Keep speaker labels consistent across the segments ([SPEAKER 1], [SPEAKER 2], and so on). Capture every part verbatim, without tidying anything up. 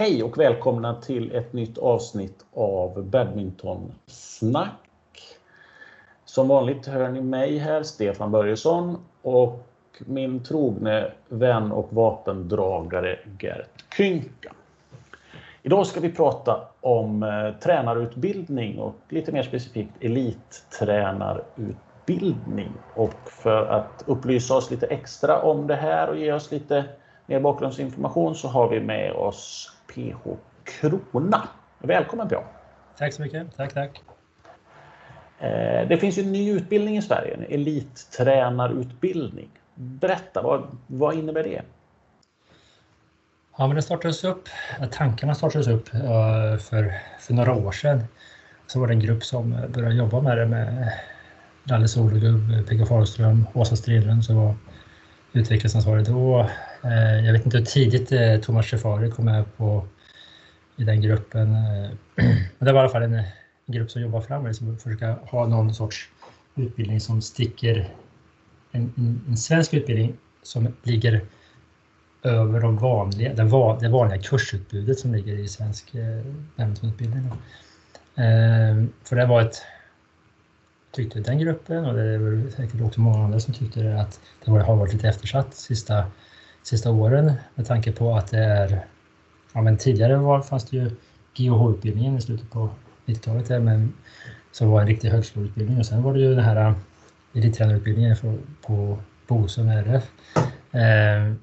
[SPEAKER 1] Hej och välkomna till ett nytt avsnitt av Badmintonsnack. Som vanligt hör ni mig här, Stefan Börjesson, och min trogne vän och vapendragare Gert Kynka. Idag ska vi prata om eh, tränarutbildning och lite mer specifikt elittränarutbildning. Och för att upplysa oss lite extra om det här och ge oss lite mer bakgrundsinformation så har vi med oss P H Krona. Välkommen P H.
[SPEAKER 2] Tack så mycket. Tack, tack.
[SPEAKER 1] Eh, det finns ju en ny utbildning i Sverige, en elittränarutbildning. Berätta, vad, vad innebär det?
[SPEAKER 2] Ja, men det startades upp, tankarna startades upp för, för några år sedan. Så var det en grupp som började jobba med det med Lalle Solgubb, P K Fahlström, Åsa Stridlund som var utvecklingsansvarig då. Jag vet inte hur tidigt Thomas Schäfari kom med på i den gruppen. Men det var i alla fall en grupp som jobbar framåt som försöker ha någon sorts utbildning som sticker, en, en, en svensk utbildning som ligger över de vanliga, det, var, det vanliga kursutbudet som ligger i svensk eh, badmintonutbildning. Eh, för det var ett, tyckte den gruppen, och det var säkert också många andra som tyckte det, att det var, har varit lite eftersatt sista, sista åren med tanke på att det är, ja men tidigare var, fanns det ju G O H-utbildningen i slutet på nittiotalet där, men som var en riktig högskoleutbildning, och sen var det ju den här elittränarutbildningen på, på Bosön R F. Eh,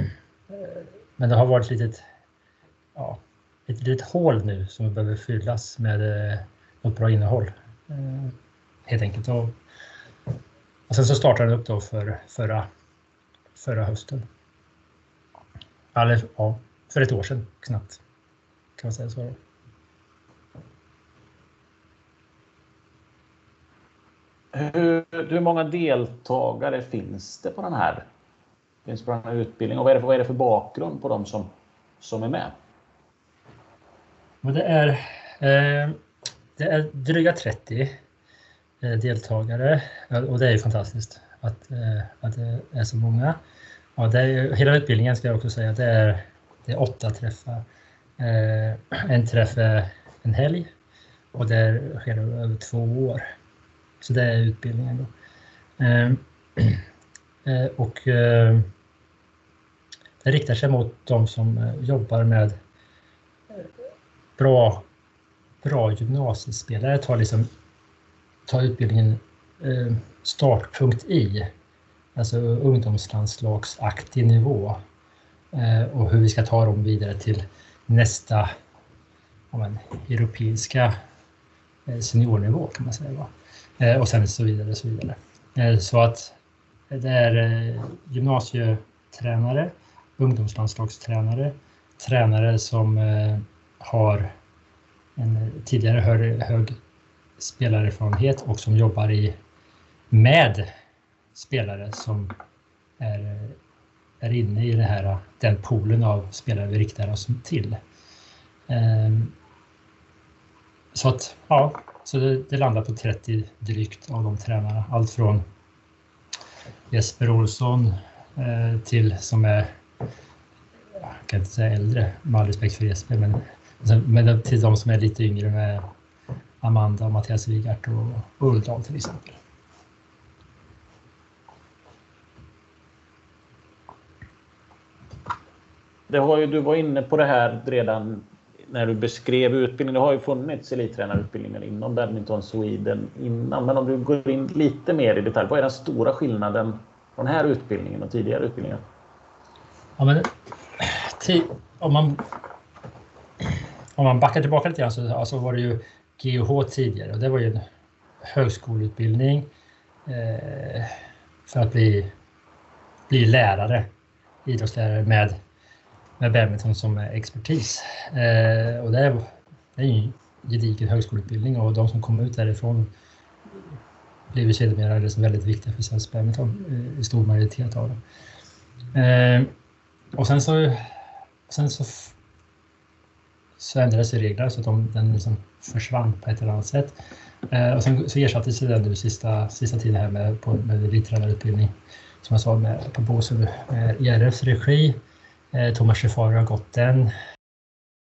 [SPEAKER 2] Men det har varit ett litet, ja, ett litet hål nu som behöver fyllas med eh, något bra innehåll. Eh, helt enkelt. Och, och sen så startade det upp då för förra, förra hösten. Eller ja, för ett år sedan knappt. Kan man säga så.
[SPEAKER 1] Hur, hur många deltagare finns det på den här? Finns på den här utbildningen, och vad är det för, vad är det för bakgrund på de som, som är med?
[SPEAKER 2] Och det är eh, det är dryga trettio eh, deltagare, och det är ju fantastiskt att, eh, att det är så många. Ja, det är, hela utbildningen ska jag också säga att det är, det är åtta träffar. Eh, en träff är en helg, och det sker över två år. Så det är utbildningen då. Eh, eh, och eh, det riktar sig mot de som jobbar med bra, bra gymnasiespelare. Tar, liksom, tar utbildningen eh, startpunkt i, alltså ungdomslandslagsaktig nivå. Eh, och hur vi ska ta dem vidare till nästa ja, men, europeiska eh, seniornivå kan man säga. Va? Eh, och sen så vidare. Så, vidare. Eh, så att det är eh, gymnasietränare, ungdomslandslagstränare, tränare som eh, har en tidigare hög, hög spelarerfarenhet och som jobbar i, med spelare som är, är inne i det här, den poolen av spelare vi riktar oss till. Eh, så att, ja, så det, det landar på trettio drygt av de tränarna. Allt från Jesper Olsson eh, till som är, jag kan inte säga äldre, med all respekt för Jesper, men, men till de som är lite yngre med Amanda, Mattias Wigart och Ulldal till exempel.
[SPEAKER 1] Det har ju, du var inne på det här redan när du beskrev utbildningen. Det har ju funnits elittränarutbildningar inom Badminton Sweden innan, men om du går in lite mer i detalj, vad är den stora skillnaden från den här utbildningen och tidigare utbildningar?
[SPEAKER 2] Ja, men om man om man backar tillbaka lite grann så alltså var det ju G O H tidigare, och det var ju en högskoleutbildning eh, för att bli, bli lärare, idrottslärare med, med badminton som expertis. Eh, och det är, det är ju en gedigen högskoleutbildning, och de som kom ut därifrån blev ju sedermera väldigt viktiga för svensk badminton eh, i stor majoritet av dem. Eh, och sen så sen så så ändrades regler så att de, den liksom försvann på ett eller annat sätt. Eh, och sen så ersattes den nu sista, sista tiden här med, på, med elittränarutbildning, som jag sa, med, på Bosön med E R Fs regi. Eh, Thomas Schäfari har gått den.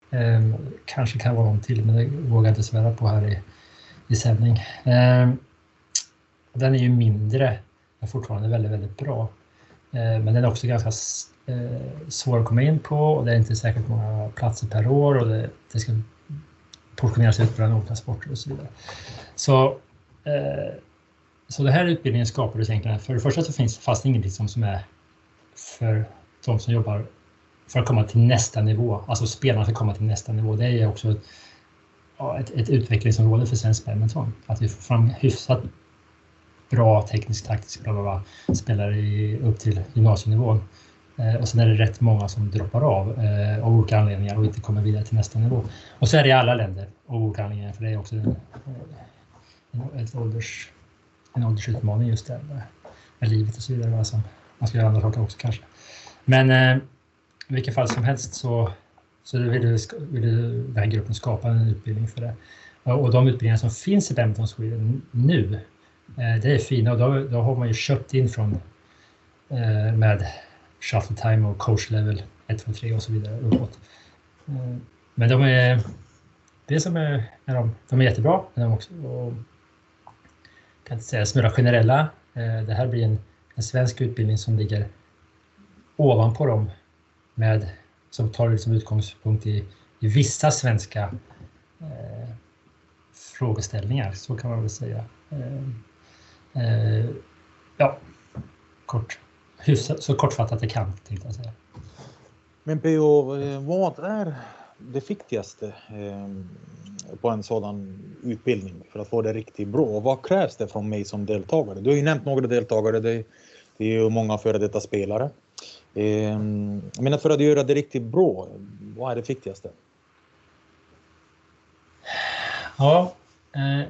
[SPEAKER 2] Eh, kanske kan vara någon till, men det vågar jag inte svära på här i, i sändning. Eh, den är ju mindre, men fortfarande väldigt, väldigt bra. Eh, men den är också ganska eh, svår att komma in på, och det är inte säkert många platser per år, och det, det ska portioneras ut bland olika sporter och så vidare. Så, eh, så den här utbildningen skapades egentligen. För det första så finns det fast ingenting som, som är för de som jobbar för att komma till nästa nivå. Alltså spelarna ska komma till nästa nivå. Det är också ett, ja, ett, ett utvecklingsområde för svensk badminton. Att vi får fram hyfsat bra teknisk, taktisk, bla bla bla, spelare i, upp till gymnasienivån. Eh, och sen är det rätt många som droppar av eh, av olika anledningar och inte kommer vidare till nästa nivå. Och så är det i alla länder av olika anledningar, för det är också en, en, ett ålders, en åldersutmaning just där med, med livet och så vidare. Alltså, man ska göra andra saker också kanske. Men eh, i vilket fall som helst så, så vill, vill den här gruppen skapa en utbildning för det. Och, och de utbildningar som finns i Badminton Sweden nu, eh, det är fina, och då, då har man ju köpt in från eh, med shuttle time och coach level ett, två, tre och så vidare uppåt. Eh, men de är, det som är, är de, de är jättebra, men de också, och, kan inte säga smöra generella. Eh, det här blir en, en svensk utbildning som ligger ovanpå dem, med, som tar liksom utgångspunkt i, i vissa svenska eh, frågeställningar, så kan man väl säga. Eh, eh, ja, kort. Hyfsat, så kortfattat det kan, tänkte jag säga.
[SPEAKER 3] Men P O, vad är det viktigaste eh, på en sådan utbildning för att få det riktigt bra? Vad krävs det från mig som deltagare? Du har ju nämnt några deltagare, det, det är ju många före detta spelare. Eh, men för att göra det riktigt bra, vad är det viktigaste?
[SPEAKER 2] Ja, eh,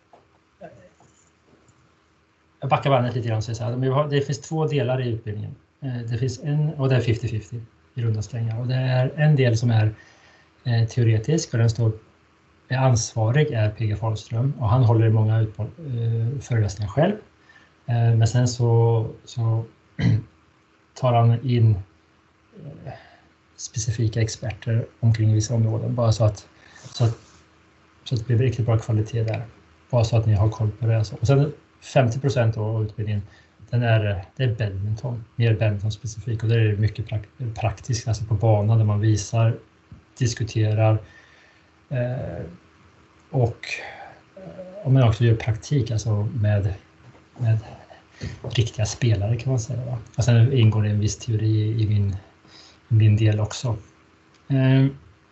[SPEAKER 2] jag backar bandet lite grann. Så här. Det finns två delar i utbildningen. Eh, det finns en, och det är femtio femtio i runda strängar. Och det är en del som är eh, teoretisk, och den står är ansvarig är P G Fahlström, och han håller i många utbol, eh, föreläsningar själv. Eh, men sen så, så tar han in eh, specifika experter omkring vissa områden, bara så att, så att, så att det blir riktigt bra kvalitet där. Bara så att ni har koll på det. Och sen femtio procent av utbildningen, den är, det är badminton, mer badminton specifik, och det är mycket prak- praktiskt, alltså på banan där man visar, diskuterar eh, och, och man också gör praktik, alltså med, med riktiga spelare kan man säga. Va? Och sen ingår det en viss teori i min, i min del också. Eh,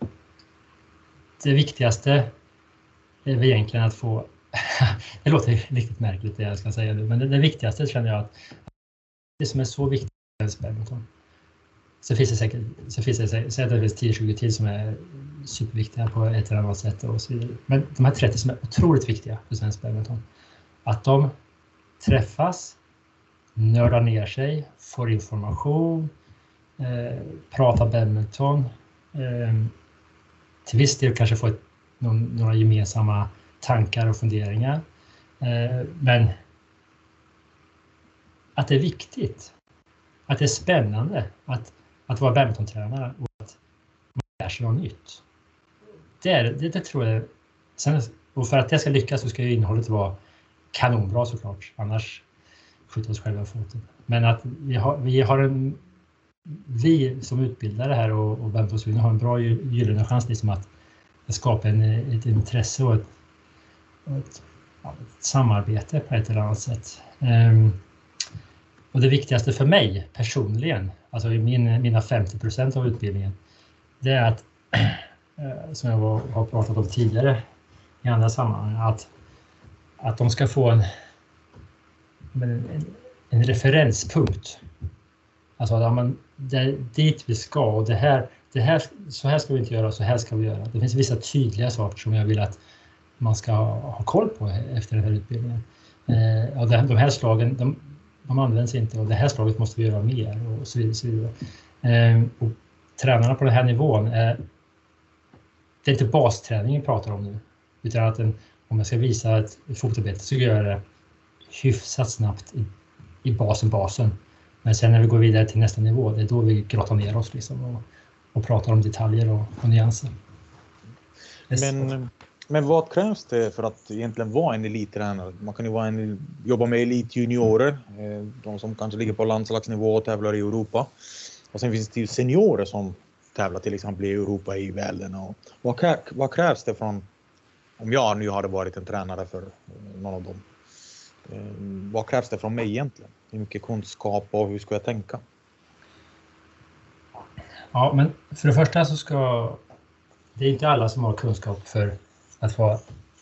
[SPEAKER 2] det viktigaste är väl egentligen att få det låter riktigt märkligt det jag ska säga nu, men det, det viktigaste känner jag att det som är så viktigt är badminton. Så finns det säkert, så finns det säkert, så att det finns tio tjugo till som är superviktiga på ett eller annat sätt och så vidare. Men de här trettio som är otroligt viktiga för svensk badminton, att de träffas, nördar ner sig, får information, eh, pratar badminton, eh, till viss del kanske får ett, någon, några gemensamma tankar och funderingar. Eh, men att det är viktigt, att det är spännande att, att vara badmintontränare och att man lär sig något nytt. Det, är, det, det tror jag. Sen, och för att det ska lyckas så ska ju innehållet vara kanonbra såklart. Annars skjuter oss själva foten. Men att vi har, vi har en vi som utbildare här och, och Badminton Sweden har en bra gyllene chans liksom att skapa en, ett intresse och ett, och ett, ja, ett samarbete på ett eller annat sätt. Um, och det viktigaste för mig personligen, alltså i min, mina femtio procent av utbildningen, det är att, som jag var, har pratat om tidigare i andra sammanhang, att, att de ska få en, en, en referenspunkt. Alltså att ja, men det är dit vi ska, och det här, det här, så här ska vi inte göra, så här ska vi göra. Det finns vissa tydliga saker som jag vill att man ska ha koll på efter den här utbildningen. Eh, och de här slagen, de, de används inte, och det här slaget måste vi göra mer och så vidare. Så vidare. Eh, och tränarna på den här nivån, är, det är inte basträning vi pratar om nu, utan att en, om jag ska visa ett fotarbete så gör jag det hyfsat snabbt i, i basen, basen. Men sen när vi går vidare till nästa nivå, det är då vi grottar ner oss liksom och, och pratar om detaljer och, och nyanser.
[SPEAKER 3] Men, men vad krävs det för att egentligen vara en elittränare? Man kan ju vara en, jobba med elitjuniorer, de som kanske ligger på landslagsnivå och tävlar i Europa. Och sen finns det ju seniorer som tävlar till exempel i Europa i världen. Och vad, krä, vad krävs det från, om jag nu hade varit en tränare för någon av dem, vad krävs det från mig egentligen? Hur mycket kunskap och hur ska jag tänka?
[SPEAKER 2] Ja, men för det första så ska det är inte alla som har kunskap för att vara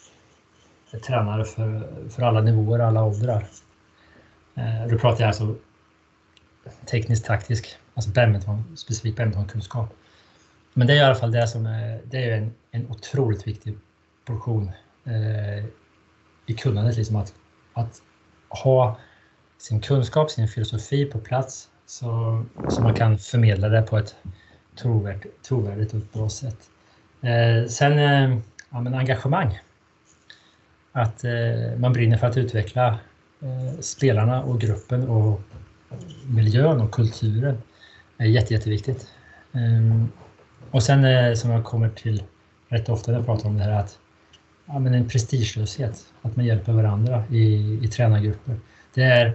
[SPEAKER 2] tränare för, för alla nivåer, alla åldrar. Eh, då pratar jag alltså tekniskt taktisk, alltså badminton, specifik badmintonkunskap. Men det är i alla fall det som är, det är en, en otroligt viktig portion eh, i kunnandet, liksom att, att ha sin kunskap, sin filosofi på plats så, så man kan förmedla det på ett trovärdigt, trovärdigt och bra sätt. Eh, sen eh, ja, men engagemang. Att eh, man brinner för att utveckla eh, spelarna och gruppen och miljön och kulturen är jätte, jätteviktigt. Eh, och sen eh, som jag kommer till rätt ofta när jag pratar om det här att ja, men en prestigelöshet, att man hjälper varandra i, i tränargrupper. Det är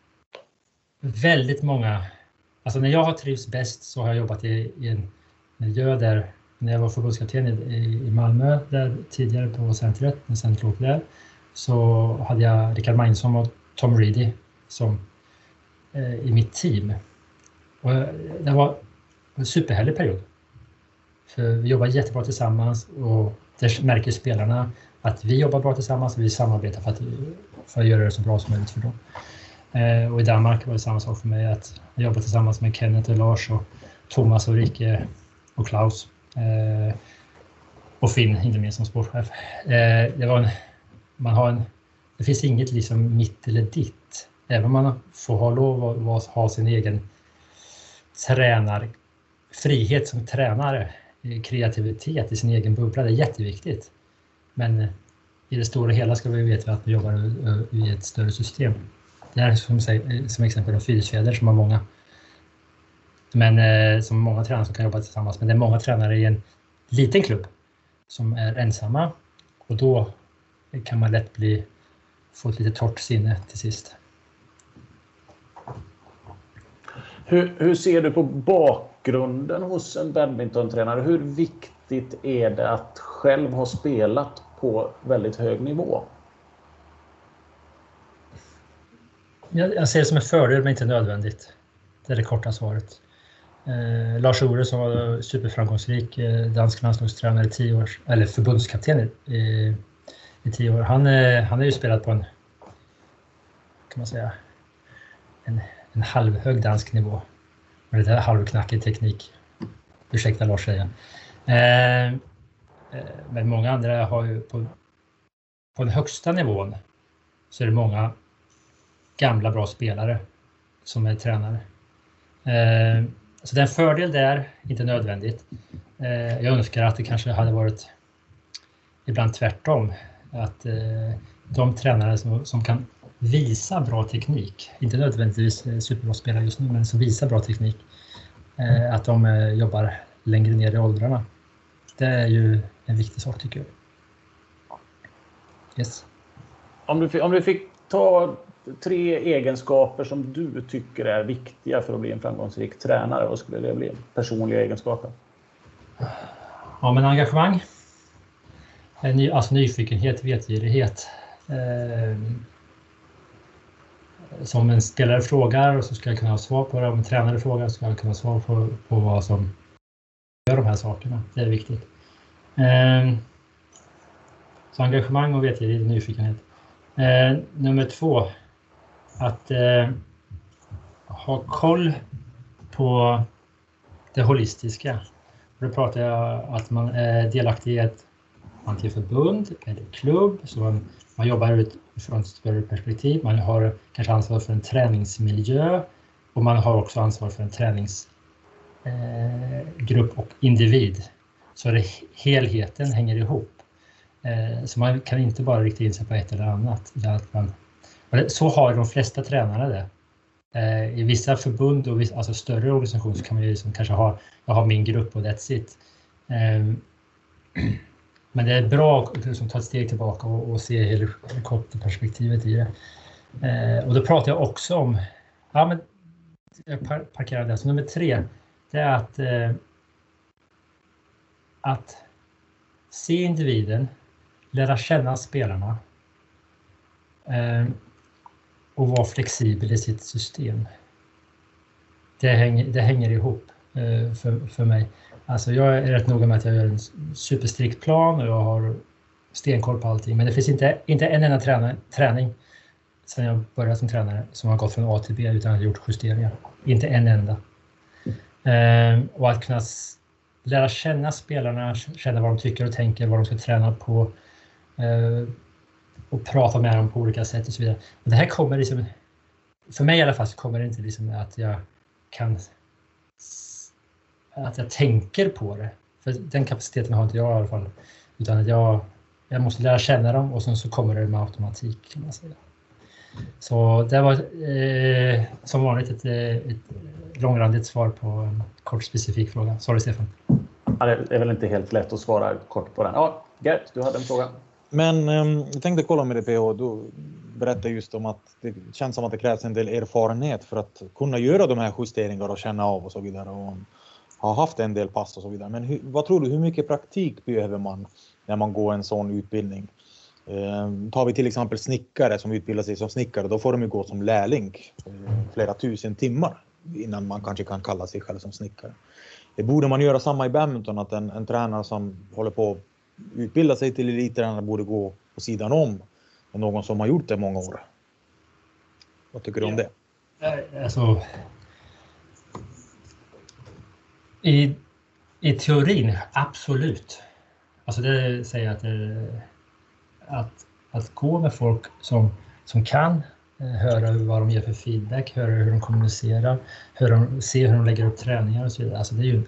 [SPEAKER 2] väldigt många, alltså när jag har trivs bäst så har jag jobbat i, i en miljö där, när jag var förbundskapten i, i Malmö där tidigare på centret, när centret låg där, så hade jag Rickard Magnusson och Tom Reedy som eh, i mitt team. Och det var en superhärlig period. För vi jobbar jättebra tillsammans och där märker spelarna att vi jobbar bra tillsammans och vi samarbetar för att, för att göra det så bra som möjligt för dem. Eh, och i Danmark var det samma sak för mig, att jag jobbar tillsammans med Kenneth och Lars och Thomas och Rike och Klaus eh, och Finn, inte minst som sportchef. Eh, det var en, man har en, det finns inget liksom mitt eller ditt. Även om man får ha lov att ha sin egen tränar, frihet som tränare, kreativitet i sin egen bubbla, det är jätteviktigt. Men i det stora hela ska vi veta att vi jobbar i ett större system. Det är som, som exempel en fyrfjäder som har många, men eh, som många tränare som kan jobba tillsammans. Men det är många tränare i en liten klubb som är ensamma och då kan man lätt bli, få ett lite torrt sinne till sist.
[SPEAKER 1] Hur, hur ser du på bakgrunden hos en badmintontränare? Hur viktigt är det att själv ha spelat på väldigt hög nivå?
[SPEAKER 2] Jag, jag ser det som en fördel men inte nödvändigt. Det är det korta svaret. Eh, Lars Ore som var superframgångsrik eh, dansk landslagstränare i tio år, eller förbundskapten i, i tio år. Han, eh, han har ju spelat på en, kan man säga, en, en halvhög dansk nivå. Med det här halvknackig teknik. Ursäkta Lars säger. Eh, eh, men många andra har ju på, på den högsta nivån så är det många gamla bra spelare som är tränare. Eh, så det är en fördel där, inte nödvändigt. Eh, jag önskar att det kanske hade varit ibland tvärtom. Att eh, de tränare som, som kan visa bra teknik, inte nödvändigtvis superbra spelare just nu, men som visar bra teknik, eh, att de eh, jobbar längre ner i åldrarna. Det är ju en viktig sak tycker jag. Yes.
[SPEAKER 1] Om du, om du fick ta tre egenskaper som du tycker är viktiga för att bli en framgångsrik tränare, vad skulle det bli? Personliga egenskaper?
[SPEAKER 2] Ja, men engagemang. Ny, alltså nyfikenhet, vetgirighet. Eh, som en spelare frågar och så ska jag kunna ha svar på det. Om en tränare frågar så ska jag kunna svara på, på vad som gör de här sakerna. Det är viktigt. Eh, så engagemang och vetgirighet och nyfikenhet. Eh, nummer två. Att eh, ha koll på det holistiska. Då pratar jag att man är delaktig i ett antingen förbund eller klubb. Så man, man jobbar utifrån ett större perspektiv. Man har kanske ansvar för en träningsmiljö. Och man har också ansvar för en träningsgrupp eh, och individ. Så det, helheten hänger ihop. Eh, så man kan inte bara rikta in sig på ett eller annat. Att man, så har de flesta tränare det. Eh, I vissa förbund och vissa, alltså större organisationer så kan man ju liksom kanske ha, jag har min grupp och that's it. Eh, men det är bra att liksom, ta ett steg tillbaka och, och se helikopterperspektivet i det. Eh, och då pratar jag också om, ja men jag par- parkerar det. Så nummer tre, det är att, eh, att se individen, lära känna spelarna eh, och vara flexibel i sitt system. Det hänger, det hänger ihop eh, för, för mig. Alltså jag är rätt noga med att jag gör en superstrikt plan och jag har stenkoll på allting. Men det finns inte, inte en enda träning, träning sedan jag började som tränare som har gått från A till B utan att ha gjort justeringar. Inte en enda. Eh, och att kunna lära känna spelarna, känna vad de tycker och tänker, vad de ska träna på eh, och prata med dem på olika sätt och så vidare. Och det här kommer liksom, för mig i alla fall så kommer det inte liksom att jag kan, att jag tänker på det. För den kapaciteten har inte jag i alla fall. Utan att jag, jag måste lära känna dem och sen så kommer det med automatik kan man säga. Så det var eh, som vanligt ett, ett långrandigt svar på en kort specifik fråga. Sorry Stefan.
[SPEAKER 1] Ja, det är väl inte helt lätt att svara kort på den. Ja, Gert, du hade en fråga.
[SPEAKER 3] Men um, jag tänkte kolla med dig P H. Du berättade just om att det känns som att det krävs en del erfarenhet för att kunna göra de här justeringarna och känna av och så vidare. Och ha haft en del pass och så vidare. Men hur, vad tror du, hur mycket praktik behöver man när man går en sån utbildning? Eh, tar vi till exempel snickare som utbildar sig som snickare, då får de ju gå som lärling eh, flera tusen timmar innan man kanske kan kalla sig själv som snickare. Det borde man göra samma i badminton, att en, en tränare som håller på att utbilda sig till elittränare borde gå på sidan om någon som har gjort det många år. Vad tycker du om det?
[SPEAKER 2] Alltså, i, i teorin, absolut. Alltså det säger att, det, att att gå med folk som, som kan höra vad de ger för feedback, höra hur de kommunicerar, höra, se hur de lägger upp träningar och så vidare. Alltså det är ju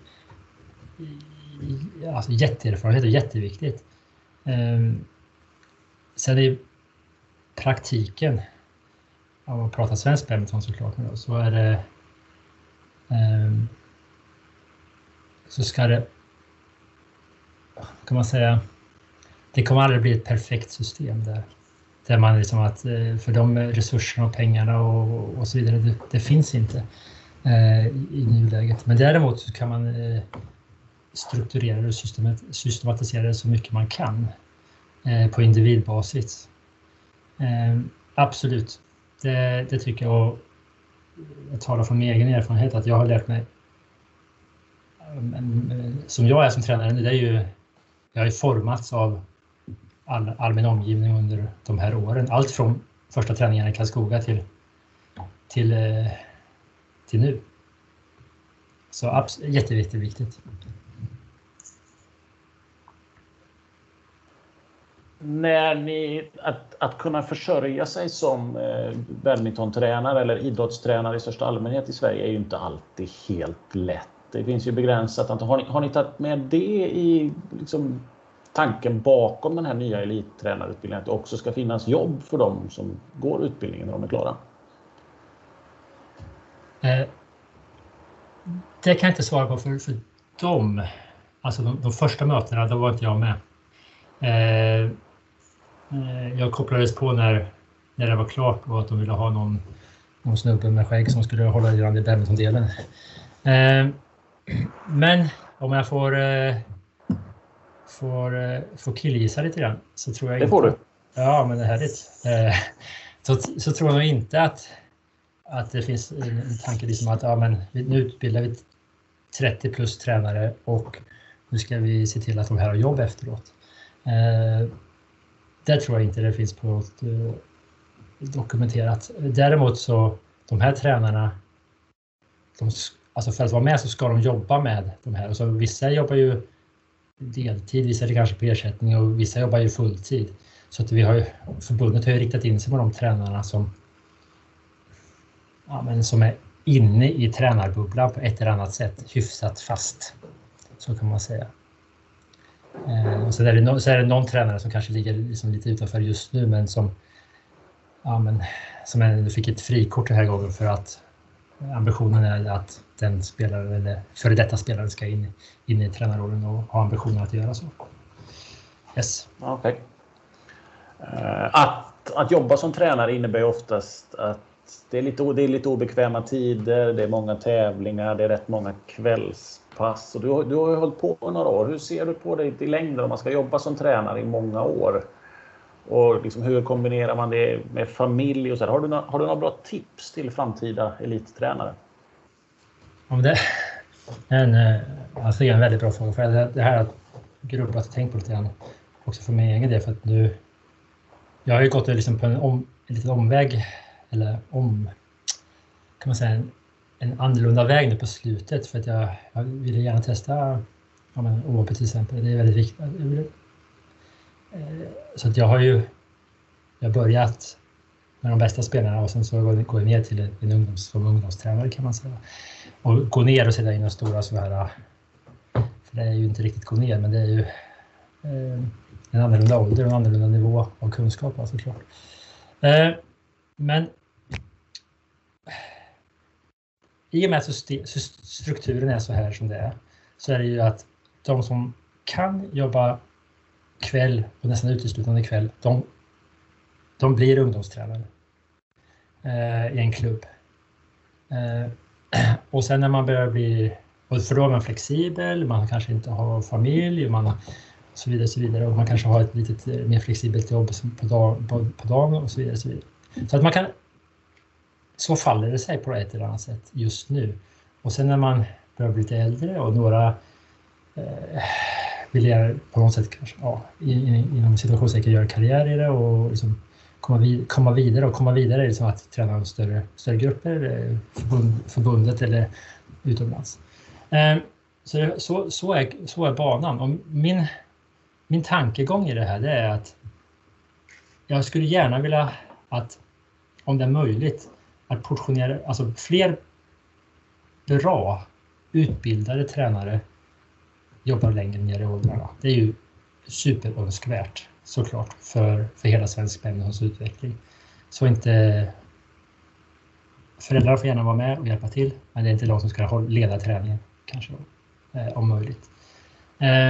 [SPEAKER 2] alltså jätteerfarenhet och jätteviktigt. Um, sen är praktiken, om man pratar svensk badminton såklart nu då, så är det um, så ska det, kan man säga, det kommer aldrig bli ett perfekt system där. Där man liksom att, för de resurserna och pengarna och, och så vidare, det, det finns inte eh, i nuläget. Men däremot så kan man eh, strukturera det och systematisera det så mycket man kan eh, på individbasis. Eh, absolut, det, det tycker jag. Och jag talar från min egen erfarenhet att jag har lärt mig, som jag är som tränare nu, det är ju, jag har ju formats av all, all min omgivning under de här åren. Allt från första träningen i Karlskoga till, till, till nu. Så absolut, jätteviktigt, viktigt.
[SPEAKER 1] När ni, att, att kunna försörja sig som eh, badmintontränare eller idrottstränare i största allmänhet i Sverige är ju inte alltid helt lätt. Det finns ju begränsat antal. Har ni, har ni tagit med det i liksom, tanken bakom den här nya elittränarutbildningen, att det också ska finnas jobb för dem som går utbildningen när de är klara?
[SPEAKER 2] Eh, det kan jag inte svara på för, för dem. Alltså de, de första mötena, då var inte jag med. Eh, eh, jag kopplades på när, när det var klart och att de ville ha någon, någon snubbe med skägg som skulle hålla i den badmintondelen. Eh, men om jag får eh, får, eh, får killgissa lite grann så tror jag
[SPEAKER 1] det
[SPEAKER 2] inte...
[SPEAKER 1] får du.
[SPEAKER 2] Ja, men det är härligt. Eh, så, så tror jag nog inte att, att det finns en tanke liksom att ja, men nu utbildar vi trettio plus tränare och nu ska vi se till att de här har jobb efteråt. Eh, det tror jag inte det finns på något eh, dokumenterat. Däremot så de här tränarna, de, alltså för att vara med så ska de jobba med de här. Och så vissa jobbar ju deltid, vissa är kanske på ersättning och vissa jobbar ju fulltid. Så att vi har ju, förbundet har ju riktat in sig på de tränarna som, ja, men som är inne i tränarbubblan på ett eller annat sätt, hyfsat fast. Så kan man säga. Eh, och så, är det no, så är det någon tränare som kanske ligger liksom lite utanför just nu, men som, ja, men, som är, fick ett frikort den här gången för att ambitionen är att den spelaren eller före detta spelaren ska in, in i tränarrollen och ha ambitionen att göra så. Yes.
[SPEAKER 1] Okay. Att, att jobba som tränare innebär oftast att det är, lite, det är lite obekväma tider, det är många tävlingar, det är rätt många kvällspass. Och du, har, du har ju hållit på några år. Hur ser du på det i längden om man ska jobba som tränare i många år? Och liksom, hur kombinerar man det med familj och så här? Har du, har du några bra tips till framtida elittränare?
[SPEAKER 2] Om det en, alltså det är en väldigt bra fråga. För det, det här att grubbla och tänka på lite grann också för min egen del. För att nu, jag har ju gått liksom på en, om, en liten omväg, eller om, kan man säga, en, en annorlunda väg nu på slutet. För att jag, jag ville gärna testa ja, men, O A P till exempel. Det är väldigt viktigt. Jag vill, eh, så att jag har ju jag har börjat med de bästa spelarna och sen så går jag ner till en ungdoms, som ungdomstränare kan man säga. Och gå ner och sätta in de stora så här. För det är ju inte riktigt gå ner, men det är ju eh, en annorlunda ålder och en annorlunda nivå av kunskap alltså, såklart. Eh, men i och med att strukturen är så här som det är så är det ju att de som kan jobba kväll och nästan uteslutande kväll, de, de blir ungdomstränare eh, i en klubb. Eh, och sen när man börjar bli, för då är man flexibel, man kanske inte har familj, man och så vidare, så vidare och man kanske har ett lite mer flexibelt jobb på, dag, på, på dagen och så vidare, så vidare. Så att man kan, så faller det sig på ett eller annat sätt just nu. Och sen när man börjar bli lite äldre och några eh, vill på något sätt kanske, ja, inom situationssäkert göra karriär i det och liksom komma, vid, komma vidare och komma vidare är liksom att träna större, större grupper, förbund, förbundet eller utomlands. Eh, så, det, så, så, är, så är banan. Och min, min tankegång i det här det är att jag skulle gärna vilja att om det är möjligt att portionera, alltså fler bra utbildade tränare jobbar längre ner i åldrarna. Det är ju superönskvärt såklart för, för hela svensk badmintons utveckling. Så inte föräldrar får gärna vara med och hjälpa till, men det är inte de som ska leda träningen kanske eh, om möjligt. Eh,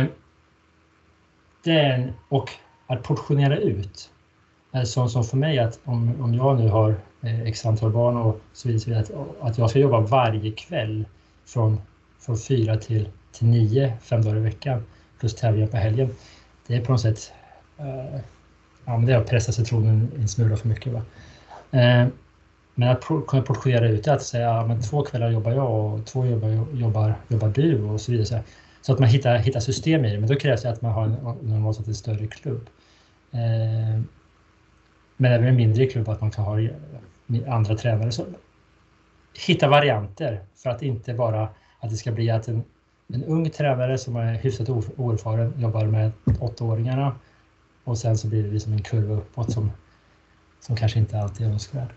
[SPEAKER 2] det är en, och att portionera ut är så som för mig att om, om jag nu har eh, x antal barn och så vidare, så vidare att, att jag ska jobba varje kväll från, från fyra till, till nio, fem dagar i veckan plus tävlingar på helgen. Det är på något sätt eh, ja, men det är att pressa citronen en smula för mycket. Va? Eh, men att pro, kunna portionera ut det, att säga ja, men två kvällar jobbar jag och två jobbar, jobbar, jobbar du och så vidare. Så, så att man hittar, hittar system i det. Men då krävs det att man har en, normalt sett en större klubb. Eh, men även en mindre klubb att man kan ha andra tränare. Så hitta varianter för att inte bara att det ska bli att en, en ung tränare som är hyfsat oerfaren jobbar med åttaåringarna och sen så blir det liksom en kurva uppåt som, som kanske inte alltid är önskvärd.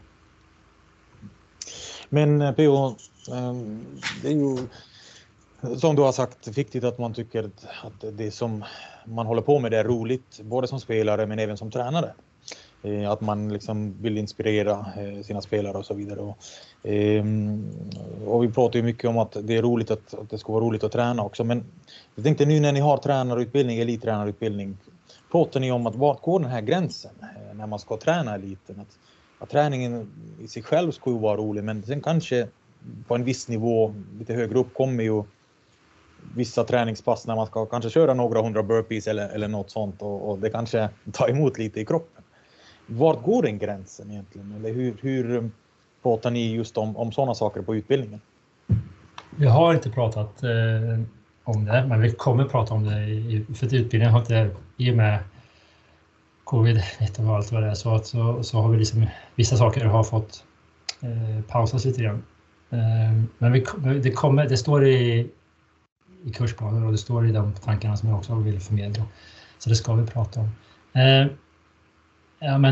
[SPEAKER 3] Men P O, det är ju som du har sagt viktigt att man tycker att det som man håller på med det är roligt både som spelare men även som tränare. Att man liksom vill inspirera sina spelare och så vidare. Och, och vi pratar ju mycket om att det är roligt att, att det ska vara roligt att träna också. Men jag tänkte nu när ni har tränarutbildning, elittränarutbildning, pratar ni om att vart går den här gränsen när man ska träna eliten? Att, att träningen i sig själv ska ju vara rolig, men sen kanske på en viss nivå lite högre upp kommer ju vissa träningspass när man ska kanske köra några hundra burpees eller, eller något sånt och, och det kanske tar emot lite i kroppen. Vart går den gränsen egentligen? Eller hur, hur pratar ni just om, om sådana saker på utbildningen?
[SPEAKER 2] Vi har inte pratat eh, om det, men vi kommer prata om det i, för att utbildningen har inte, i och med covid nitton och allt vad det är, så, så, så har vi liksom, vissa saker har fått eh, pausas lite grann. Eh, men vi, det, kommer, det står i, i kursplanen och det står i de tankarna som jag också vill förmedla. Så det ska vi prata om. Eh, Ja, men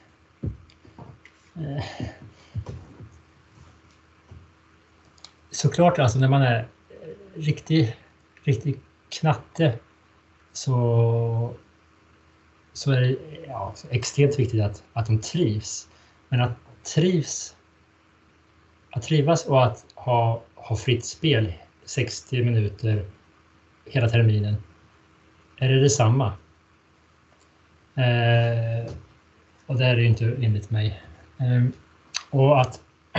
[SPEAKER 2] eh, såklart alltså när man är riktigt riktigt knatte så så är det ja, extremt viktigt att att de trivs. Men att trivs att trivas och att ha ha fritt spel sextio minuter hela terminen, är det detsamma? Eh, och det är det ju inte enligt mig. Eh, och att,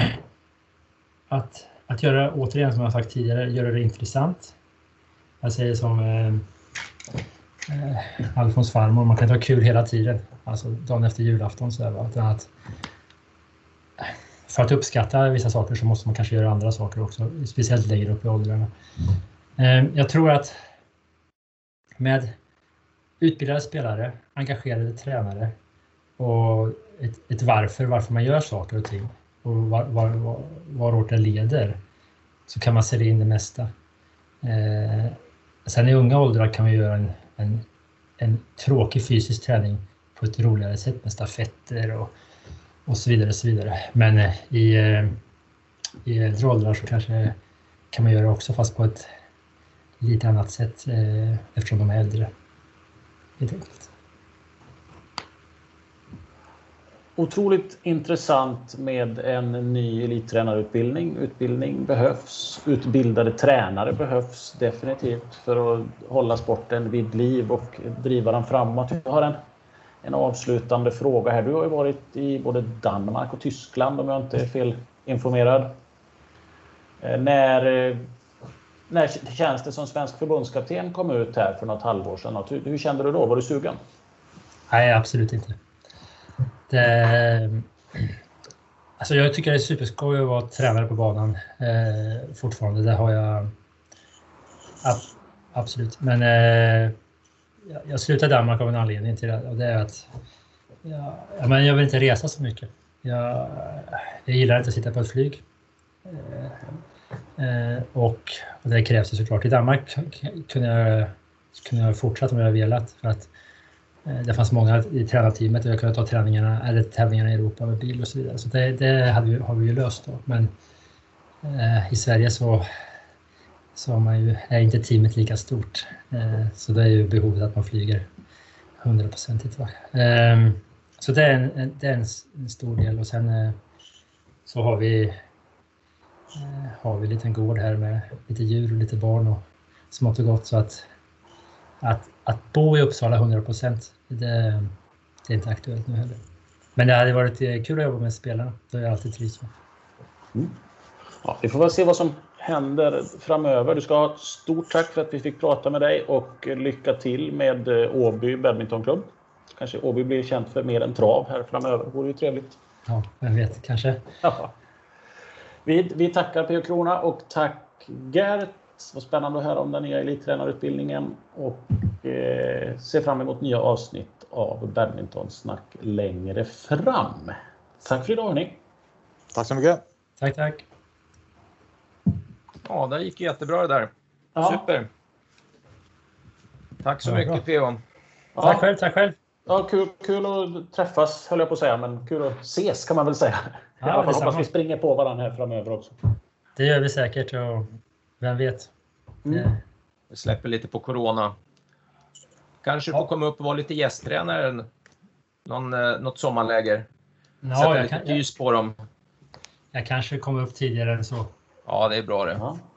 [SPEAKER 2] att, att göra, återigen som jag sagt tidigare, göra det intressant. Jag säger som eh, eh, Alfons farmor, man kan inte ha kul hela tiden. Alltså dagen efter julafton så är det att för att uppskatta vissa saker så måste man kanske göra andra saker också, speciellt längre upp i åldrarna. Jag tror att med utbildade spelare, engagerade tränare och ett, ett varför, varför man gör saker och ting och var, var, var, varåt det leder, så kan man sälja in det mesta. Eh, sen i unga åldrar kan man göra en, en, en tråkig fysisk träning på ett roligare sätt med stafetter och och så vidare och så vidare. Men i, i äldre åldrar så kanske kan man göra också, fast på ett lite annat sätt eh, eftersom de är äldre. Helt enkelt.
[SPEAKER 1] Otroligt intressant med en ny elittränarutbildning. Utbildning behövs. Utbildade tränare behövs definitivt för att hålla sporten vid liv och driva den framåt. Jag har en En avslutande fråga här. Du har ju varit i både Danmark och Tyskland om jag inte är fel informerad. När, när tjänsten som svensk förbundskapten kom ut här för något halvår sedan, hur, hur kände du då? Var du sugen?
[SPEAKER 2] Nej, absolut inte. Det, alltså jag tycker det är superskoj att vara tränare på banan eh, fortfarande. Det har jag ab, absolut. Men eh, jag slutade i Danmark av en anledning till det, och det är att jag, jag, men jag vill inte resa så mycket. Jag, jag gillar inte att sitta på ett flyg. Eh, och, och det krävs ju såklart. I Danmark kunde jag, kunde jag fortsätta om jag velat, för att eh, det fanns många i tränarteamet och jag kunde ta träningarna eller tävlingarna i Europa med bil och så vidare. Så det, det hade vi, har vi ju löst då. Men eh, i Sverige så så har man ju, är inte teamet lika stort. Eh, så det är ju behovet att man flyger hundraprocentigt. Eh, så det är, en, det är en, en stor del. Och sen eh, så har vi eh, har vi en liten gård här med lite djur och lite barn och smått och gott. Så att, att, att bo i Uppsala hundra procent, det, det är inte aktuellt nu heller. Men det hade varit kul att jobba med spelarna. Det har jag alltid trivs med.
[SPEAKER 1] Mm. Ja, vi får väl se vad som händer framöver. Du ska ha stort tack för att vi fick prata med dig och lycka till med Åby badmintonklubb. Kanske Åby blir känt för mer än trav här framöver. Det vore ju trevligt.
[SPEAKER 2] Ja, vem vet, kanske.
[SPEAKER 1] Ja. Vi, vi tackar P O Krona och tack Gert. Vad spännande att höra om den nya elittränarutbildningen och eh, se fram emot nya avsnitt av badmintonsnack längre fram. Tack för idag hörni.
[SPEAKER 3] Tack så mycket.
[SPEAKER 2] Tack, tack.
[SPEAKER 4] Ja, det gick jättebra det där.
[SPEAKER 1] Ja.
[SPEAKER 4] Super. Tack så
[SPEAKER 2] Ja,
[SPEAKER 4] mycket
[SPEAKER 2] bra.
[SPEAKER 4] P O.
[SPEAKER 1] Ja.
[SPEAKER 2] Tack själv, tack själv.
[SPEAKER 1] Ja, kul, kul att träffas höll jag på att säga, men kul att ses kan man väl säga.
[SPEAKER 2] Ja,
[SPEAKER 1] I alla fall
[SPEAKER 2] detsamma.
[SPEAKER 1] hoppas vi springer på varandra här framöver också.
[SPEAKER 2] Det gör vi säkert och vem vet.
[SPEAKER 1] Mm.
[SPEAKER 2] Det,
[SPEAKER 4] Vi släpper lite på corona. Kanske
[SPEAKER 2] Ja.
[SPEAKER 4] får komma upp och vara lite gästtränare. Någon, eh, något sommarläger.
[SPEAKER 2] ja,
[SPEAKER 4] Sätta
[SPEAKER 2] jag,
[SPEAKER 4] lite
[SPEAKER 2] kan, jag,
[SPEAKER 4] ljus på dem.
[SPEAKER 2] jag kanske kommer upp tidigare än så.
[SPEAKER 4] Ja, det är bra det.
[SPEAKER 1] Ja.